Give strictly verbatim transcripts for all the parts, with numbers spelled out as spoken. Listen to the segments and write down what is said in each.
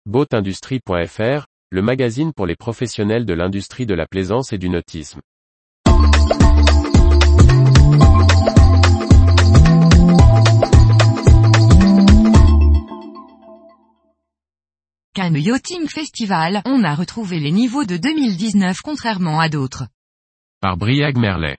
boatindustrie point f r, le magazine pour les professionnels de l'industrie de la plaisance et du nautisme. Cannes Yachting Festival, on a retrouvé les niveaux de deux mille dix-neuf contrairement à d'autres. Par Briag Merlet.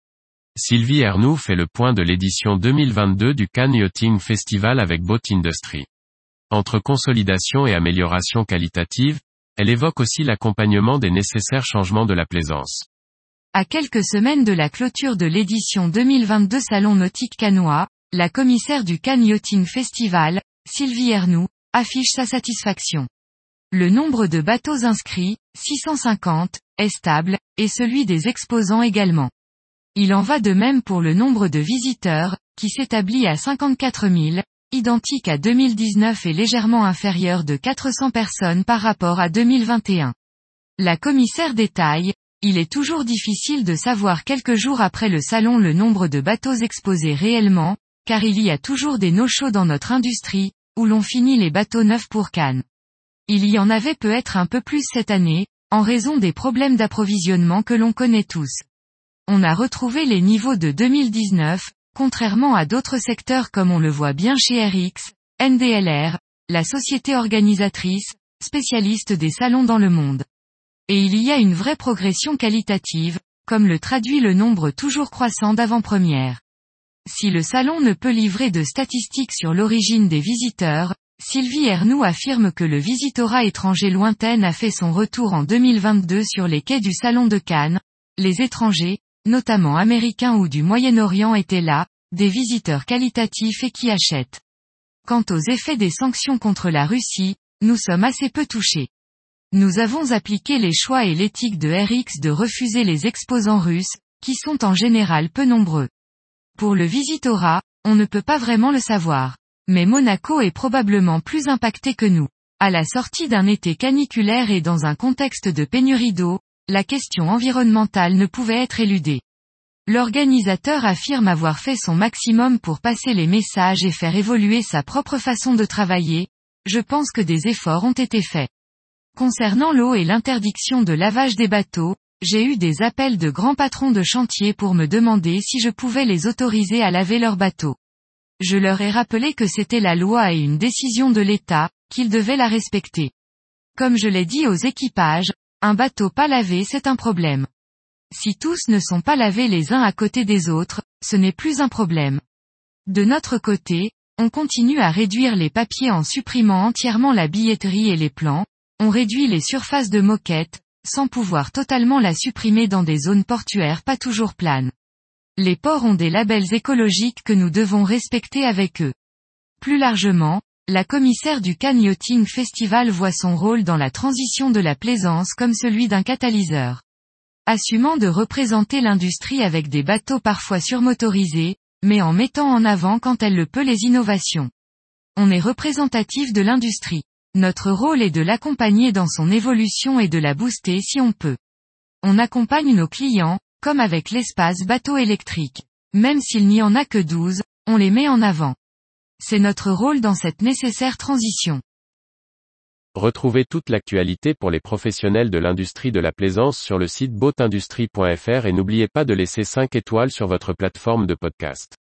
Sylvie Ernoult fait le point de l'édition deux mille vingt-deux du Cannes Yachting Festival avec Boat Industry. Entre consolidation et amélioration qualitative, elle évoque aussi l'accompagnement des nécessaires changements de la plaisance. À quelques semaines de la clôture de l'édition deux mille vingt-deux Salon Nautique Cannois, la commissaire du Cannes Yachting Festival, Sylvie Ernoult, affiche sa satisfaction. Le nombre de bateaux inscrits, six cent cinquante, est stable, et celui des exposants également. Il en va de même pour le nombre de visiteurs, qui s'établit à cinquante-quatre mille, identique à deux mille dix-neuf et légèrement inférieur de quatre cents personnes par rapport à deux mille vingt et un. La commissaire détaille, il est toujours difficile de savoir quelques jours après le salon le nombre de bateaux exposés réellement, car il y a toujours des no-shows dans notre industrie, où l'on finit les bateaux neufs pour Cannes. Il y en avait peut-être un peu plus cette année, en raison des problèmes d'approvisionnement que l'on connaît tous. On a retrouvé les niveaux de deux mille dix-neuf, contrairement à d'autres secteurs comme on le voit bien chez R X, N D L R, la société organisatrice, spécialiste des salons dans le monde. Et il y a une vraie progression qualitative, comme le traduit le nombre toujours croissant d'avant-premières. Si le salon ne peut livrer de statistiques sur l'origine des visiteurs, Sylvie Ernoult affirme que le visitorat étranger lointain a fait son retour en deux mille vingt-deux sur les quais du salon de Cannes. Les étrangers, notamment américains ou du Moyen-Orient étaient là, des visiteurs qualitatifs et qui achètent. Quant aux effets des sanctions contre la Russie, nous sommes assez peu touchés. Nous avons appliqué les choix et l'éthique de R X de refuser les exposants russes, qui sont en général peu nombreux. Pour le visitorat, on ne peut pas vraiment le savoir. Mais Monaco est probablement plus impacté que nous. À la sortie d'un été caniculaire et dans un contexte de pénurie d'eau, la question environnementale ne pouvait être éludée. L'organisateur affirme avoir fait son maximum pour passer les messages et faire évoluer sa propre façon de travailler. Je pense que des efforts ont été faits. Concernant l'eau et l'interdiction de lavage des bateaux, j'ai eu des appels de grands patrons de chantier pour me demander si je pouvais les autoriser à laver leurs bateaux. Je leur ai rappelé que c'était la loi et une décision de l'État, qu'ils devaient la respecter. Comme je l'ai dit aux équipages, un bateau pas lavé c'est un problème. Si tous ne sont pas lavés les uns à côté des autres, ce n'est plus un problème. De notre côté, on continue à réduire les papiers en supprimant entièrement la billetterie et les plans, on réduit les surfaces de moquette, sans pouvoir totalement la supprimer dans des zones portuaires pas toujours planes. Les ports ont des labels écologiques que nous devons respecter avec eux. Plus largement, la commissaire du Cannes Yachting Festival voit son rôle dans la transition de la plaisance comme celui d'un catalyseur. Assumant de représenter l'industrie avec des bateaux parfois surmotorisés, mais en mettant en avant quand elle le peut les innovations. On est représentatif de l'industrie. Notre rôle est de l'accompagner dans son évolution et de la booster si on peut. On accompagne nos clients, comme avec l'espace bateau électrique. Même s'il n'y en a que douze, on les met en avant. C'est notre rôle dans cette nécessaire transition. Retrouvez toute l'actualité pour les professionnels de l'industrie de la plaisance sur le site boatindustrie point f r et n'oubliez pas de laisser cinq étoiles sur votre plateforme de podcast.